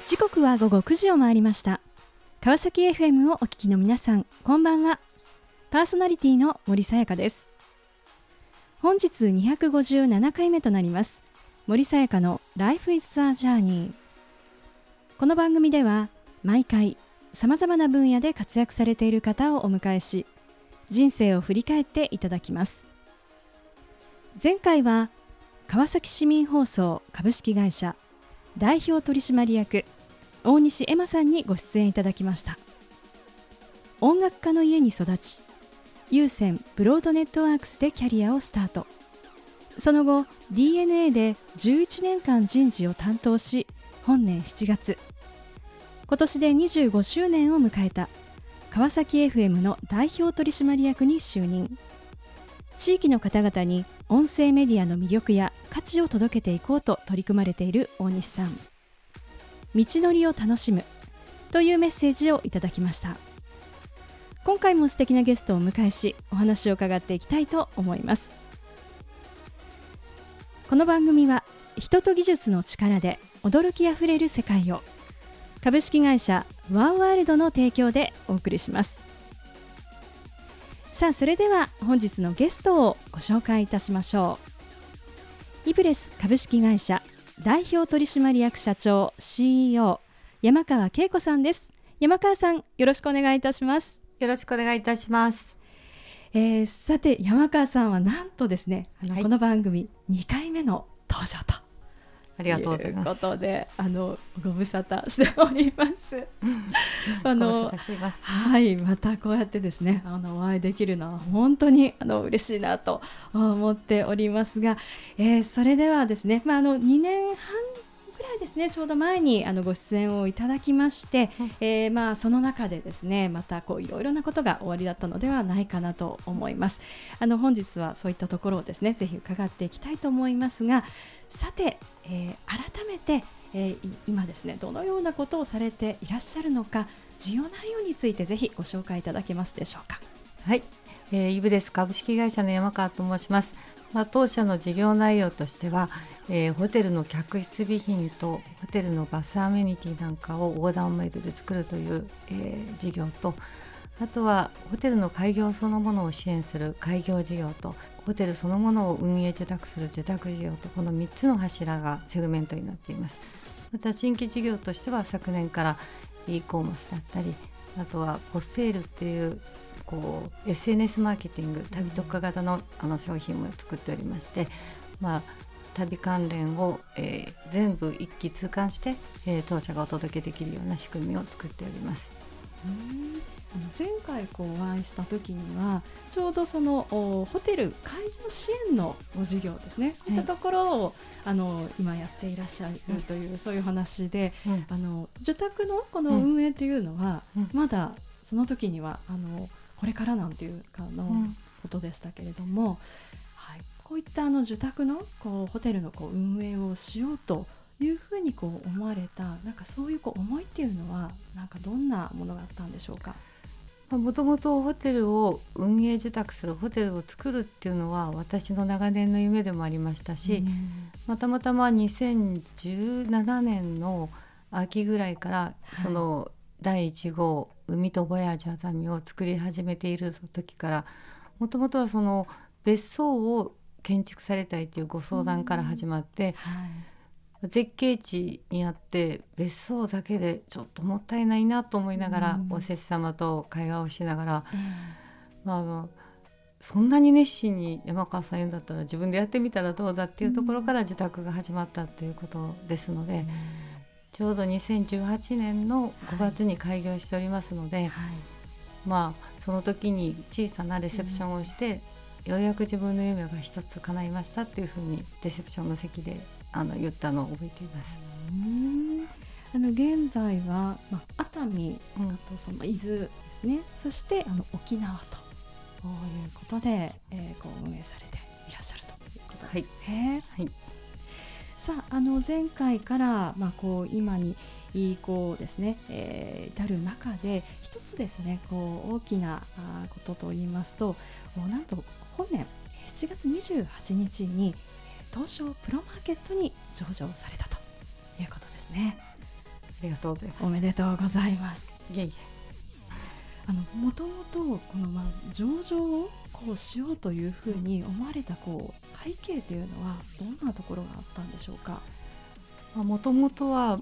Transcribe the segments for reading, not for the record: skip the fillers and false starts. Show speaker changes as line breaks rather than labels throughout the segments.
時刻は午後9時を回りました。川崎 FM をお聞きの皆さん、こんばんは。パーソナリティの森さやかです。本日257回目となります森さやかの Life is a Journey。 この番組では毎回さまざまな分野で活躍されている方をお迎えし、人生を振り返っていただきます。前回は川崎市民放送株式会社代表取締役大西恵馬さんにご出演いただきました。音楽家の家に育ち、有線ブロードネットワークスでキャリアをスタート。その後 DNA で11年間人事を担当し、本年7月今年で25周年を迎えた川崎 FM の代表取締役に就任。地域の方々に音声メディアの魅力や価値を届けていこうと取り組まれている大西さん。道のりを楽しむというメッセージをいただきました。今回も素敵なゲストをお迎えし、お話を伺っていきたいと思います。この番組は人と技術の力で驚きあふれる世界を、株式会社ワンワールドの提供でお送りします。さあ、それでは本日のゲストをご紹介いたしましょう。イブレス株式会社代表取締役社長 CEO 山川恵子さんです。山川さん、よろしくお願いいたします。
よろしくお願いいたします。
さて、山川さんはなんとですね、
はい、
この番組2回目の登場と
ありがとうございます。
ということで、ご無沙汰しております。
ご無沙汰しています。
はい、またこうやってですね、お会いできるのは本当に嬉しいなと思っておりますが、それではですね、2年半ぐらいですね、ちょうど前にご出演をいただきまして、その中でですね、またいろいろなことが終わりだったのではないかなと思います。本日はそういったところをですね、ぜひ伺っていきたいと思いますが、さて、改めて、今ですね、どのようなことをされていらっしゃるのか、事業内容についてぜひご紹介いただけますでしょうか。
はい、イブレス株式会社の山川と申します。当社の事業内容としては、ホテルの客室備品とホテルのバスアメニティなんかをオーダーメイドで作るという、事業と、あとはホテルの開業そのものを支援する開業事業と、ホテルそのものを運営受託する受託事業と、この3つの柱がセグメントになっています。また新規事業としては、昨年から e コマースだったり、あとはポステールっていうSNS マーケティング、旅特化型の商品も作っておりまして、旅関連を、全部一気通貫して、当社がお届けできるような仕組みを作っております。
前回お会いした時には、ちょうどそのホテル開業支援の事業ですね、こういったところを今やっていらっしゃるという、そういう話で、受託のこの運営というのは、まだその時にはこれからなんていうかのことでしたけれども、こういった受託のホテルの運営をしようというふうに思われた、なんかそういう思いっていうのは、なんかどんなものがあったんでしょうか。
もともとホテルを運営受託する、ホテルを作るっていうのは私の長年の夢でもありましたし、たまたま2017年の秋ぐらいから、その第1号海とボヤージュ熱海を作り始めている時から、もともとはその別荘を建築されたいというご相談から始まって、絶景地にあって別荘だけでちょっともったいないなと思いながら、お施主様と会話をしながら、そんなに熱心に山川さん言うんだったら自分でやってみたらどうだっていうところから受託が始まったっていうことですので、ちょうど2018年の5月に開業しておりますので、その時に小さなレセプションをして、ようやく自分の夢が一つ叶いましたっていうふうにレセプションの席で言ったのを覚えています。
現在は、熱海、あとその伊豆ですね、そして沖縄ということで、運営されていらっしゃるということですね。さあ、前回から、今にですね、至る中で一つですね、大きなことといいますと、なんと本年7月28日に東証プロマーケットに上場されたということですね。
りがとうございます。
おめでとうございます。
いえいえ、
もともとこの、上場をこうしようというふうに思われた背景というのはどんなところがあったんでしょうか。
もともとは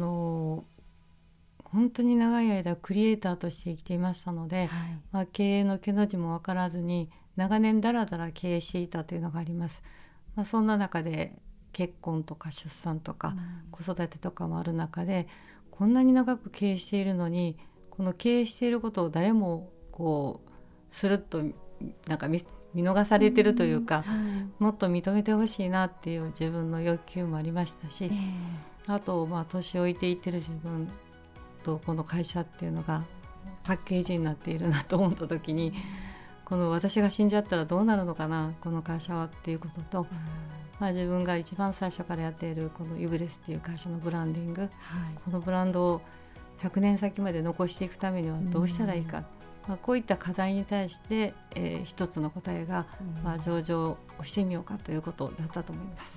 本当に長い間クリエイターとして生きていましたので、経営の毛の字も分からずに長年だらだら経営していたというのがあります。そんな中で結婚とか出産とか子育てとかもある中で、こんなに長く経営しているのにこの経営していることを誰もスルッと見逃されてるというか、もっと認めてほしいなっていう自分の欲求もありましたし、あと年老いていってる自分とこの会社っていうのがパッケージになっているなと思った時に、この私が死んじゃったらどうなるのかなこの会社はっていうことと、自分が一番最初からやっているこのユブレスっていう会社のブランディング、このブランドを100年先まで残していくためにはどうしたらいいか、こういった課題に対して、一つの答えが、上場をしてみようかということだったと思います。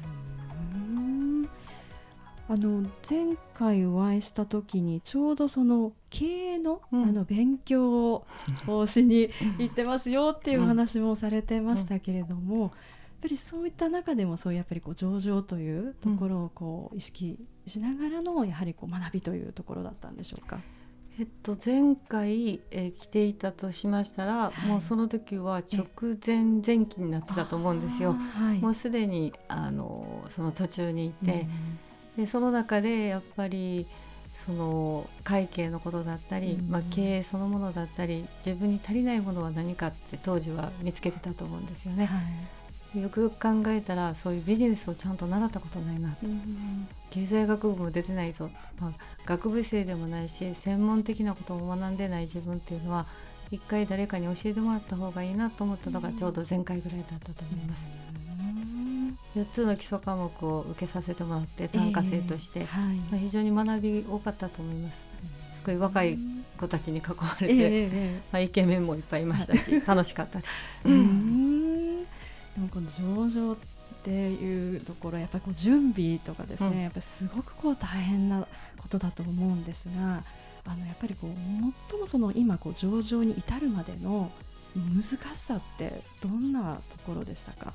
前回お会いした時にちょうどその経営の、勉強をしに行ってますよっていうお話もされてましたけれども、やっぱりそういった中でもやっぱり上場というところを意識しながらのやはり学びというところだったんでしょうか。
前回、来ていたとしましたら、もうその時は直前前期になってたと思うんですよ。もうすでにその途中にいて、でその中でやっぱりその会計のことだったり、経営そのものだったり、自分に足りないものは何かって当時は見つけてたと思うんですよね。よくよく考えたらそういうビジネスをちゃんと習ったことないなと、経済学部も出てないぞ、学部生でもないし専門的なことも学んでない自分っていうのは一回誰かに教えてもらった方がいいなと思ったのがちょうど前回ぐらいだったと思います。4つの基礎科目を受けさせてもらって単科生として、非常に学び多かったと思います。すごい若い子たちに囲まれて、イケメンもいっぱいいましたし楽しかったです。
でもこの上場っていうところやっぱり準備とかですね、やっぱりすごく大変なことだと思うんですが、やっぱり最も今上場に至るまでの難しさってどんなところでしたか。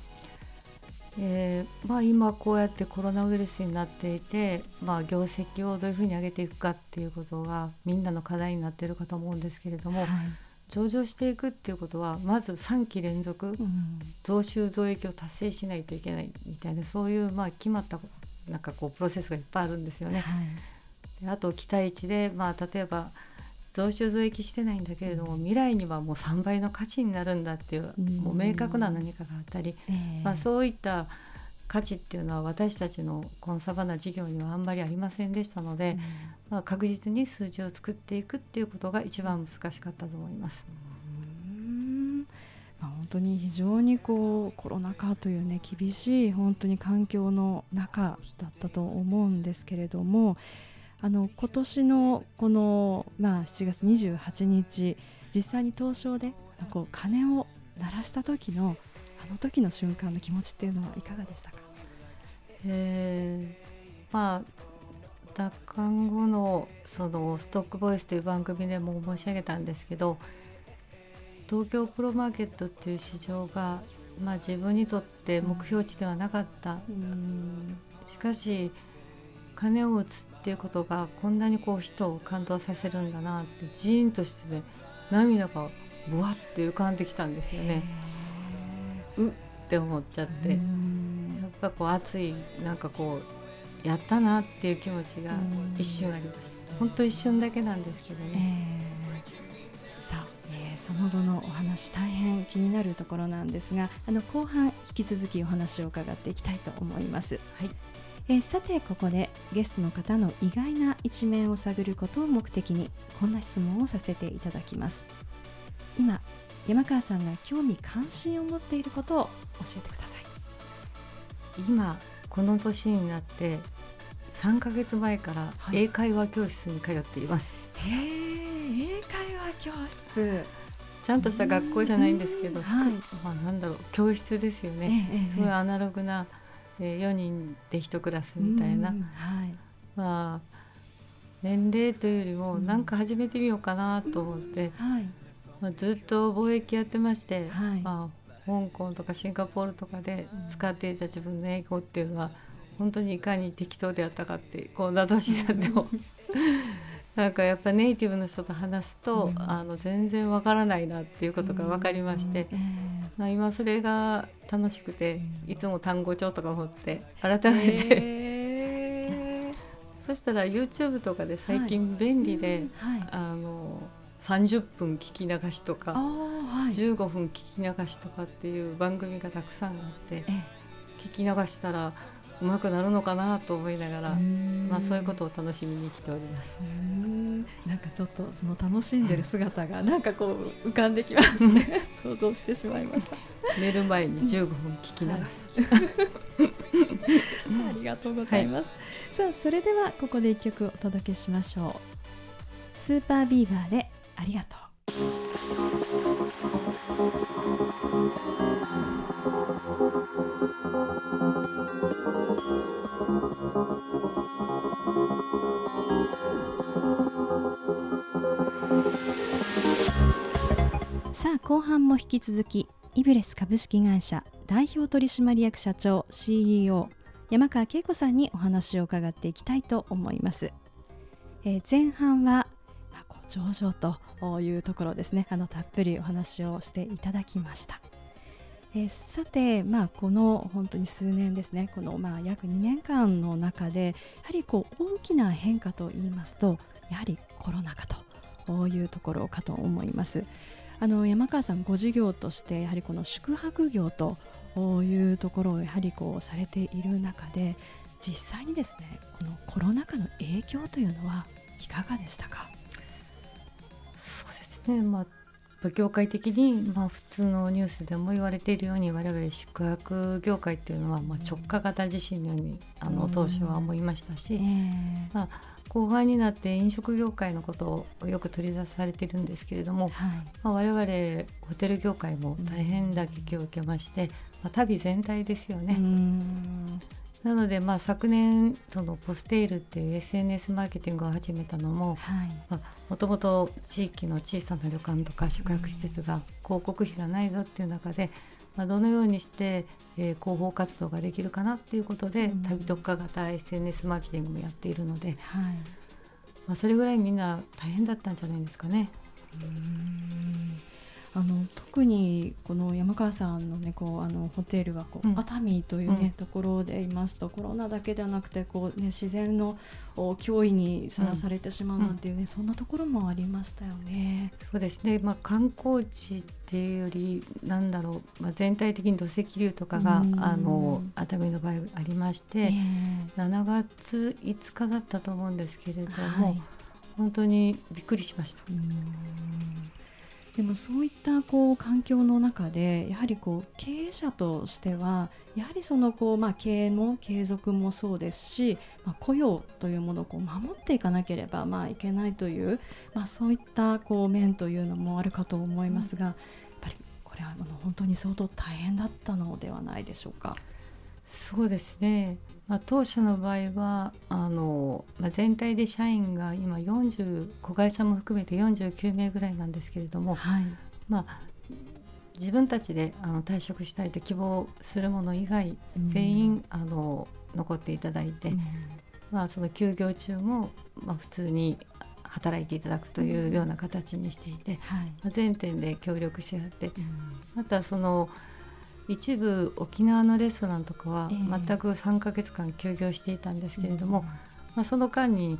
今こうやってコロナウイルスになっていて、業績をどういうふうに上げていくかっていうことがみんなの課題になっているかと思うんですけれども、上場していくっていうことはまず3期連続、増収増益を達成しないといけないみたいな、そういう決まったプロセスがいっぱいあるんですよね。であと期待値で、例えば増収増益してないんだけれども、未来にはもう3倍の価値になるんだっていう、もう明確な何かがあったり、そういった価値っていうのは私たちのコンサバな事業にはあんまりありませんでしたので、確実に数字を作っていくっていうことが一番難しかったと思います。
本当に非常にコロナ禍という厳しい本当に環境の中だったと思うんですけれども、今年のこの、7月28日実際に東証で鐘を鳴らした時の時の瞬間の気持ちっていうのはいかがでしたか。
奪還後のそのストックボイスという番組でも申し上げたんですけど、東京プロマーケットっていう市場が、自分にとって目標値ではなかった、しかし鐘を打つっていうことがこんなに人を感動させるんだなってジーンとしてね、涙がブワッて浮かんできたんですよね。って思っちゃって、やっぱ熱いやったなっていう気持ちが一瞬ありました。本当一瞬だけなんですけどね。
その後のお話大変気になるところなんですが、後半引き続きお話を伺っていきたいと思います。さてここでゲストの方の意外な一面を探ることを目的にこんな質問をさせていただきます。今山川さんが興味関心を持っていることを教えてください。
今この年になって3ヶ月前から英会話教室に通っています。
英会話教室、
ちゃんとした学校じゃないんですけど、教室ですよね。すごいアナログな、4人で1クラスみたいな、 年齢というよりも何か始めてみようかなと思って、ずっと貿易やってまして、香港とかシンガポールとかで使っていた自分の英語っていうのは本当にいかに適当であったかってこう名指しになってもなんかやっぱネイティブの人と話すと、全然わからないなっていうことが分かりまして、今それが楽しくて、いつも単語帳とか持って改めて、そしたら YouTube とかで最近便利で、30分聞き流しとか、15分聞き流しとかっていう番組がたくさんあって、聞き流したらうまくなるのかなと思いながら、そういうことを楽しみにしております。
なんかちょっとその楽しんでる姿がなんかこう浮かんできますね想像してしまいました。
寝る前に15分聞き流す、
ありがとうございます、さあそれではここで一曲お届けしましょう。スーパービーバーでありがとう。さあ後半も引き続きイブレス株式会社代表取締役社長 CEO 山川恵子さんにお話を伺っていきたいと思います。前半は上々というところですね。たっぷりお話をしていただきました。さて、この本当に数年ですね、この約2年間の中でやはり大きな変化といいますと、やはりコロナ禍というところかと思います。山川さんご事業としてやはりこの宿泊業というところをやはりされている中で、実際にですねこのコロナ禍の影響というのはいかがでしたか？
そうですね、業界的に、普通のニュースでも言われているように、我々宿泊業界っていうのは、直下型地震のように当初は思いましたし、後半になって飲食業界のことをよく取り出されているんですけれども、我々ホテル業界も大変打撃を受けまして、旅全体ですよね。なので、昨年そのポステイルっていう SNS マーケティングを始めたのも、もともと地域の小さな旅館とか宿泊施設が広告費がないぞっていう中で、どのようにして、広報活動ができるかなっていうことで、旅特化型 SNS マーケティングもやっているので、それぐらいみんな大変だったんじゃないですかね。
特にこの山川さんの、ホテルは熱海という、ところで言いますと、コロナだけではなくて自然の脅威にさらされてしまうなんていう、そんなところもありましたよね。
そうですね、観光地っていうより全体的に土石流とかが熱海の場合ありまして、7月5日だったと思うんですけれども、本当にびっくりしました。
でもそういった環境の中でやはり経営者としてはやはりその経営の継続もそうですし、雇用というものを守っていかなければいけないという、そういった面というのもあるかと思いますが、やっぱりこれは本当に相当大変だったのではないでしょうか？
そうですね、当社の場合は全体で社員が今子会社も含めて49名ぐらいなんですけれども、自分たちで退職したいと希望する者以外、全員残っていただいて、その休業中も普通に働いていただくというような形にしていて、全店で協力し合って、またその一部沖縄のレストランとかは全く3ヶ月間休業していたんですけれども、その間に、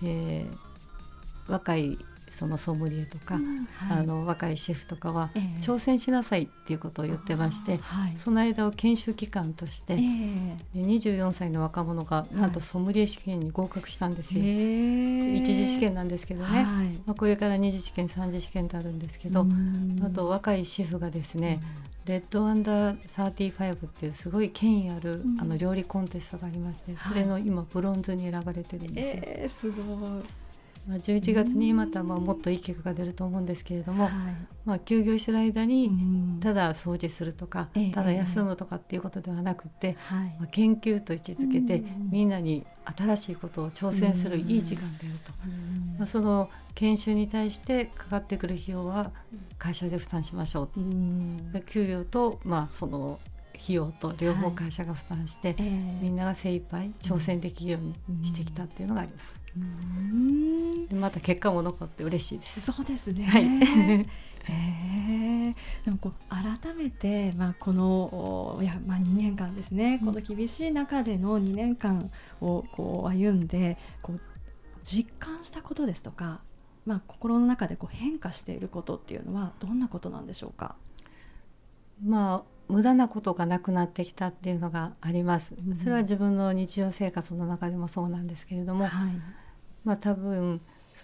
若いそのソムリエとか、若いシェフとかは挑戦しなさいっていうことを言ってまして、その間を研修期間として、24歳の若者がなんとソムリエ試験に合格したんですよ。一次試験なんですけどね、これから二次試験3次試験とあるんですけど、あと若いシェフがですね、レッドアンダー35っていうすごい権威ある、料理コンテストがありまして、それの今ブロンズに選ばれてるんですよ。
すごい。
11月にまたもっといい結果が出ると思うんですけれども、休業してる間にただ掃除するとか、ただ休むとかっていうことではなくて、研究と位置づけて、みんなに新しいことを挑戦するいい時間であると、その研修に対してかかってくる費用は会社で負担しましょう、給与と、その費用と両方会社が負担して、みんなが精一杯挑戦できるようにしてきたっていうのがあります。でまた結果も残って嬉しいです。
そうですね、でも改めて、この2年間ですね、この厳しい中での2年間を歩んで実感したことですとか、心の中で変化していることっていうのはどんなことなんでしょうか？
無駄なことがなくなってきたっていうのがあります。それは自分の日常生活の中でもそうなんですけれども、多分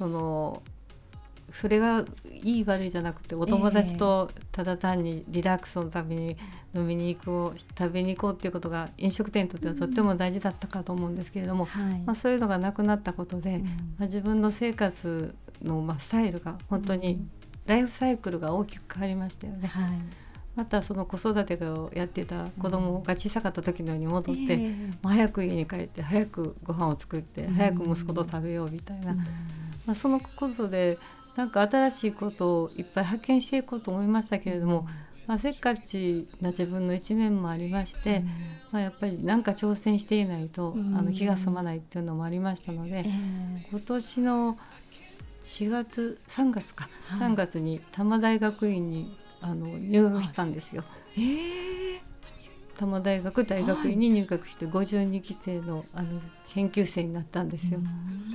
それがいい悪いじゃなくて、お友達とただ単にリラックスのために飲みに行こう、食べに行こうっていうことが飲食店にとってはとっても大事だったかと思うんですけれども、そういうのがなくなったことで、自分の生活のスタイルが本当にライフサイクルが大きく変わりましたよね。またその子育てをやってた子供が小さかった時のように戻って、早く家に帰って早くご飯を作って早く息子と食べようみたいな、そのことでなんか新しいことをいっぱい発見していこうと思いましたけれども、せっかちな自分の一面もありまして、やっぱり何か挑戦していないと気が済まないっていうのもありましたので、今年の3月に多摩大学院に入学したんですよ。多摩大学大学院に入学して52期生の、研究生になったんですよ。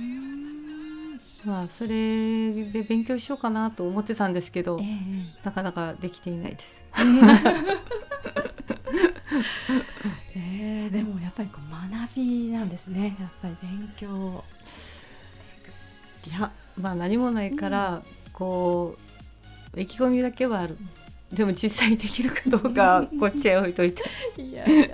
それで勉強しようかなと思ってたんですけど、なかなかできていないです。
でもやっぱり学びなんですね。やっぱり勉強
いや、何もないから、意気込みだけはある。でも実際できるかどうかこっちへ置いといて
いやそう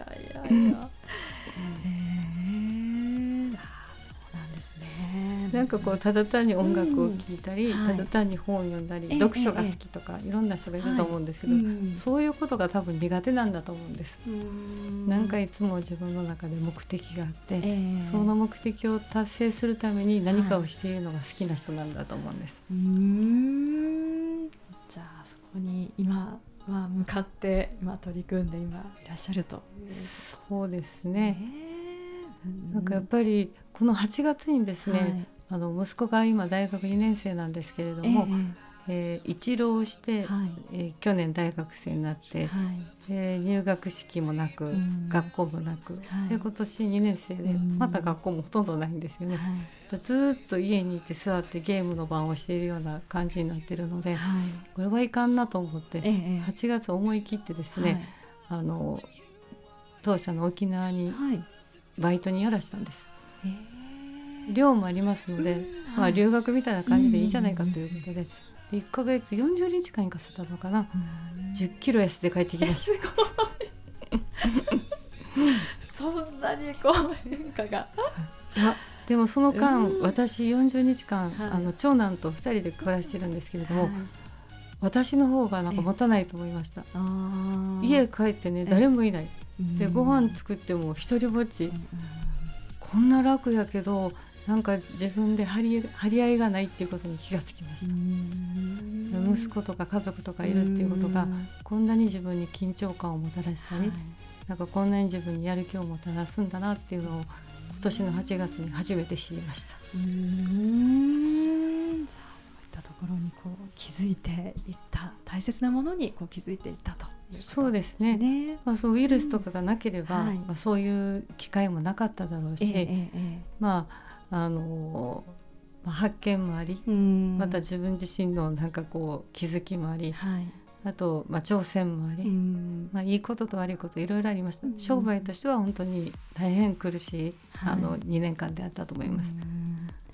なんですね。
なんかただ単に音楽を聴いたり、ただ単に本を読んだり、読書が好きとか、いろんな人がいると思うんですけど、そういうことが多分苦手なんだと思うんです。なんかいつも自分の中で目的があって、その目的を達成するために何かをしているのが好きな人なんだと思うんです。
じゃあそこに今は向かって取り組んで今いらっしゃると。
そうですね、なんかやっぱりこの8月にですね、息子が今大学2年生なんですけれども、一浪して、去年大学生になって、入学式もなく、学校もなく、で今年2年生でまた学校もほとんどないんですよね。ずっと家にいて座ってゲームの番をしているような感じになっているので、これはいかんなと思って、8月思い切ってですね、当社の沖縄にバイトにやらしたんです。寮もありますので、留学みたいな感じでいいじゃないかということで、1ヶ月40日間行かせたのかな、10キロ痩せて帰ってきました。
そんなに変化が
でもその間、私40日間、長男と2人で暮らしてるんですけれども、私の方がなんか持たないと思いました。家帰ってね、誰もいない、でご飯作っても一人ぼっち、こんな楽やけどなんか自分で張り合いがないっていうことに気がつきました。息子とか家族とかいるっていうことがこんなに自分に緊張感をもたらしたり、なんかこんなに自分にやる気をもたらすんだなっていうのを今年の8月に初めて知りました。
じゃあそういったところに気づいていった、大切なものに気づいていったということですね。
そうですね、そうウイルスとかがなければ、そういう機会もなかっただろうし、発見もあり、また自分自身のなんか気づきもあり、あと、挑戦もあり、いいことと悪いこといろいろありました。商売としては本当に大変苦しい、2年間であったと思います。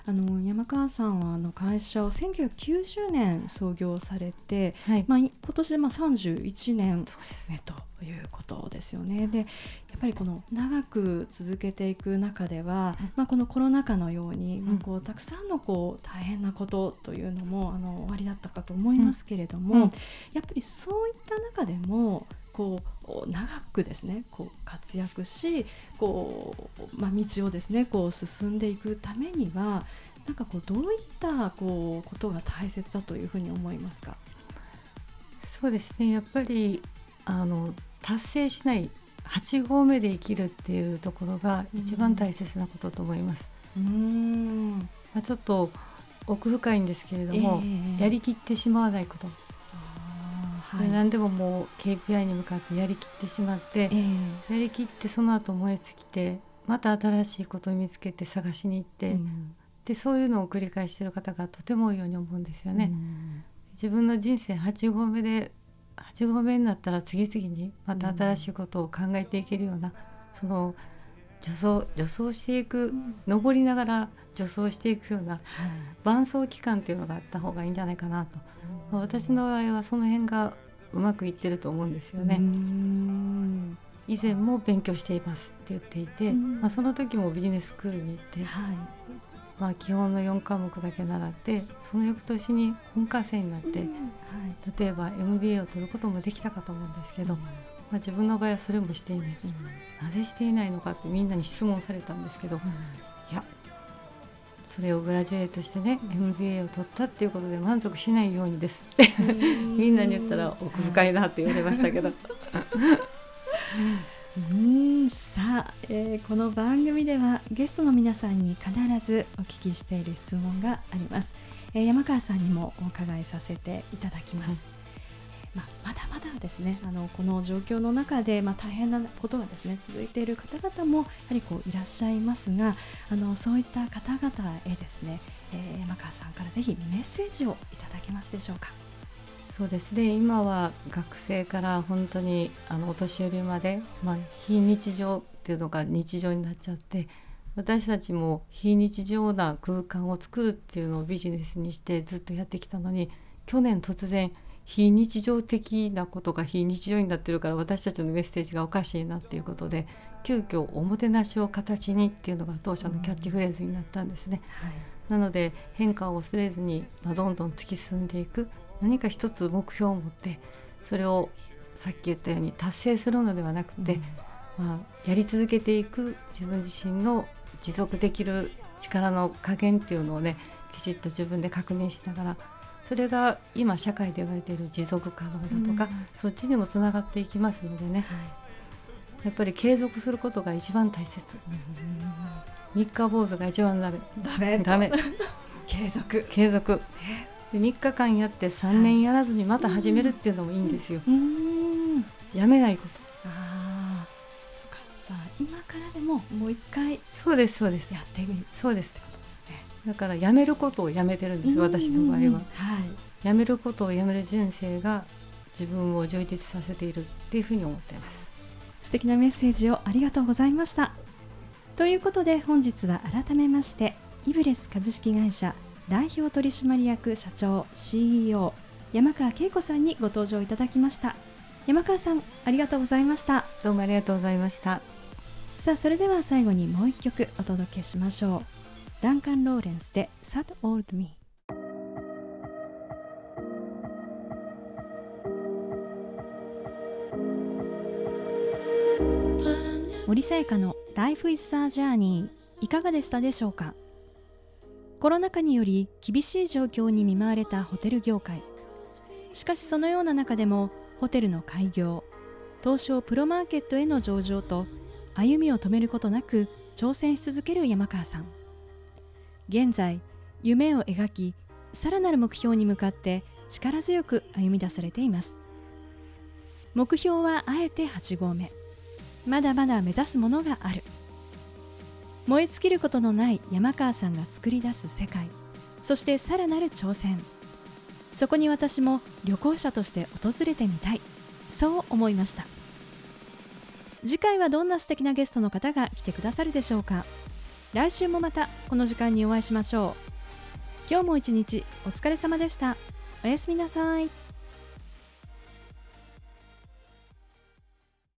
山川さんは会社を1990年創業されて、
はい、
今年で31年目ということですよね。でやっぱりこの長く続けていく中では、このコロナ禍のように、たくさんの大変なことというのもおありだったかと思いますけれども、やっぱりそういった中でも長くですね活躍し道をですね進んでいくためにはどういったことが大切だというふうに思いますか？
そうですね、やっぱり達成しない8合目で生きるっていうところが一番大切なことと思います。ちょっと奥深いんですけれども、やりきってしまわないこと、何でももう KPI に向かってやりきってしまって、やりきってその後燃え尽きてまた新しいことを見つけて探しに行って、でそういうのを繰り返している方がとても多いように思うんですよね。自分の人生8合目になったら次々にまた新しいことを考えていけるような、その助走していく、登りながら助走していくような伴走期間っていうのがあった方がいいんじゃないかなと、私の場合はその辺がうまくいってると思うんですよね。以前も勉強していますって言っていて、その時もビジネススクールに行って、基本の4科目だけ習って、その翌年に本科生になって、例えば MBA を取ることもできたかと思うんですけど、自分の場合はそれもしていない、なぜしていないのかってみんなに質問されたんですけど、いやそれをグラジュエートしてね、MBA を取ったっていうことで満足しないようにですってみんなに言ったら奥深いなって言われましたけど
さあ、この番組ではゲストの皆さんに必ずお聞きしている質問があります。山川さんにもお伺いさせていただきます。まだまだですね、この状況の中で、大変なことがですね続いている方々もやはりいらっしゃいますが、そういった方々へですね、山川さんからぜひメッセージをいただけますでしょうか？
そうですね、今は学生から本当にお年寄りまで、非日常っていうのが日常になっちゃって、私たちも非日常な空間を作るっていうのをビジネスにしてずっとやってきたのに、去年突然非日常的なことが非日常になってるから、私たちのメッセージがおかしいなっていうことで、急遽おもてなしを形にっていうのが当社のキャッチフレーズになったんですね。なので変化を恐れずに、どんどん突き進んでいく、何か一つ目標を持って、それをさっき言ったように達成するのではなくて、やり続けていく自分自身の持続できる力の加減っていうのをね、きちっと自分で確認しながら、それが今社会で言われている持続可能だとか、そっちにもつながっていきますのでね、やっぱり継続することが一番大切。三日坊主が一番ダメ継続で、3日間やって3年やらずにまた始めるっていうのもいいんですよ。やめないこと。
そうか、じゃあ今からでももう一回
そうですや
ってみる。
そうですだからやめることをやめてるんです、私の場合は。やめることをやめる人生が自分を充実させているっていうふうに思っています。
素敵なメッセージをありがとうございました。ということで本日は改めまして、イブレス株式会社代表取締役社長 CEO 山川恵子さんにご登場いただきました。山川さん、ありがとうございました。
どうもありがとうございました。
さあ、それでは最後にもう一曲お届けしましょう。ダンカン・ローレンスで Sad Old Me。 森さやかの Life is a Journey、 いかがでしたでしょうか？コロナ禍により厳しい状況に見舞われたホテル業界。しかしそのような中でもホテルの開業、東証プロマーケットへの上場と歩みを止めることなく挑戦し続ける山川さん。現在夢を描き、さらなる目標に向かって力強く歩み出されています。目標はあえて8合目。まだまだ目指すものがある。燃え尽きることのない山川さんが作り出す世界、そしてさらなる挑戦、そこに私も旅行者として訪れてみたい、そう思いました。次回はどんな素敵なゲストの方が来てくださるでしょうか。 来週もまたこの時間にお会いしましょう。今日も一日お疲れ様でした。おやすみなさい。